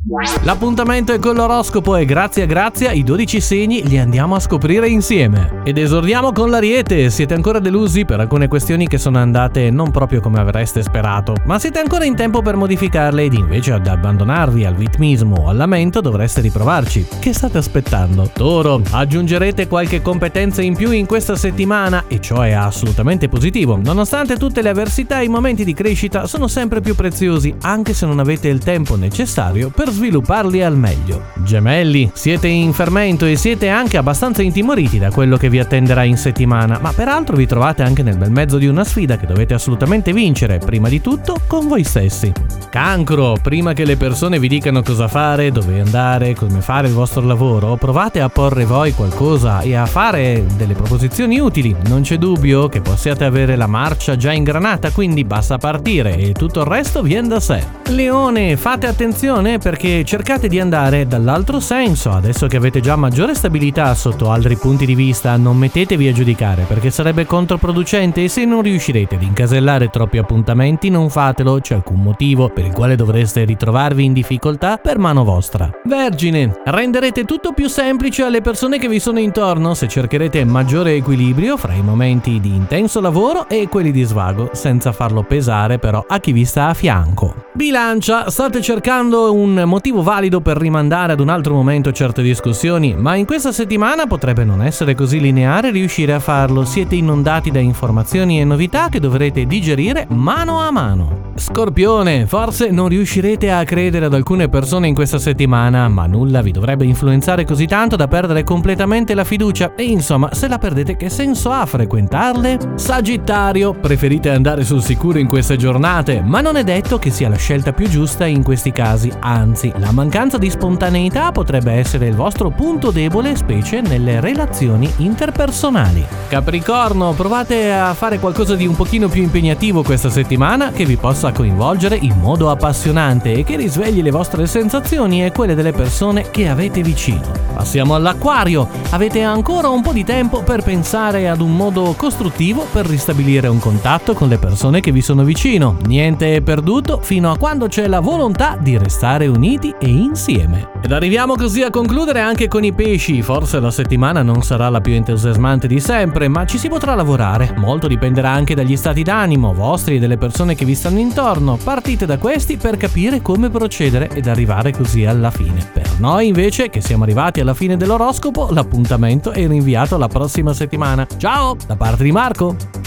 L'appuntamento è con l'oroscopo e grazie a Grazia i 12 segni li andiamo a scoprire insieme. Ed esordiamo con l'Ariete. Siete ancora delusi per alcune questioni che sono andate non proprio come avreste sperato, ma siete ancora in tempo per modificarle ed invece ad abbandonarvi al vittimismo o al lamento dovreste riprovarci. Che state aspettando? Toro, aggiungerete qualche competenza in più in questa settimana e ciò è assolutamente positivo. Nonostante tutte le avversità, i momenti di crescita sono sempre più preziosi, anche se non avete il tempo necessario per svilupparli al meglio. Gemelli, siete in fermento e siete anche abbastanza intimoriti da quello che vi attenderà in settimana, ma peraltro vi trovate anche nel bel mezzo di una sfida che dovete assolutamente vincere, prima di tutto con voi stessi. Cancro, prima che le persone vi dicano cosa fare, dove andare, come fare il vostro lavoro, provate a porre voi qualcosa e a fare delle proposizioni utili. Non c'è dubbio che possiate avere la marcia già ingranata, quindi basta partire e tutto il resto viene da sé. Leone, fate attenzione perché cercate di andare dall'altro senso. Adesso che avete già maggiore stabilità sotto altri punti di vista, non mettetevi a giudicare perché sarebbe controproducente e se non riuscirete ad incasellare troppi appuntamenti non fatelo, c'è alcun motivo per il quale dovreste ritrovarvi in difficoltà per mano vostra. Vergine, renderete tutto più semplice alle persone che vi sono intorno se cercherete maggiore equilibrio fra i momenti di intenso lavoro e quelli di svago, senza farlo pesare però a chi vi sta a fianco. Bilancia, state cercando un motivo valido per rimandare ad un altro momento certe discussioni, ma in questa settimana potrebbe non essere così lineare riuscire a farlo. Siete inondati da informazioni e novità che dovrete digerire mano a mano. Scorpione, forse non riuscirete a credere ad alcune persone in questa settimana, ma nulla vi dovrebbe influenzare così tanto da perdere completamente la fiducia e insomma, se la perdete che senso ha frequentarle? Sagittario, preferite andare sul sicuro in queste giornate, ma non è detto che sia la scelta più giusta in questi casi, anzi, la mancanza di spontaneità potrebbe essere il vostro punto debole, specie nelle relazioni interpersonali. Capricorno, provate a fare qualcosa di un pochino più impegnativo questa settimana che vi possa coinvolgere in modo appassionante e che risvegli le vostre sensazioni e quelle delle persone che avete vicino. Passiamo all'Acquario. Avete ancora un po' di tempo per pensare ad un modo costruttivo per ristabilire un contatto con le persone che vi sono vicino. Niente è perduto fino a quando c'è la volontà di restare uniti e insieme. Ed arriviamo così a concludere anche con i pesci. Forse la settimana non sarà la più entusiasmante di sempre, ma ci si potrà lavorare. Molto dipenderà anche dagli stati d'animo vostri e delle persone che vi stanno intorno. Partite da questi per capire come procedere ed arrivare così alla fine. Per noi invece, che siamo arrivati alla fine dell'oroscopo, l'appuntamento è rinviato alla prossima settimana. Ciao, da parte di Marco!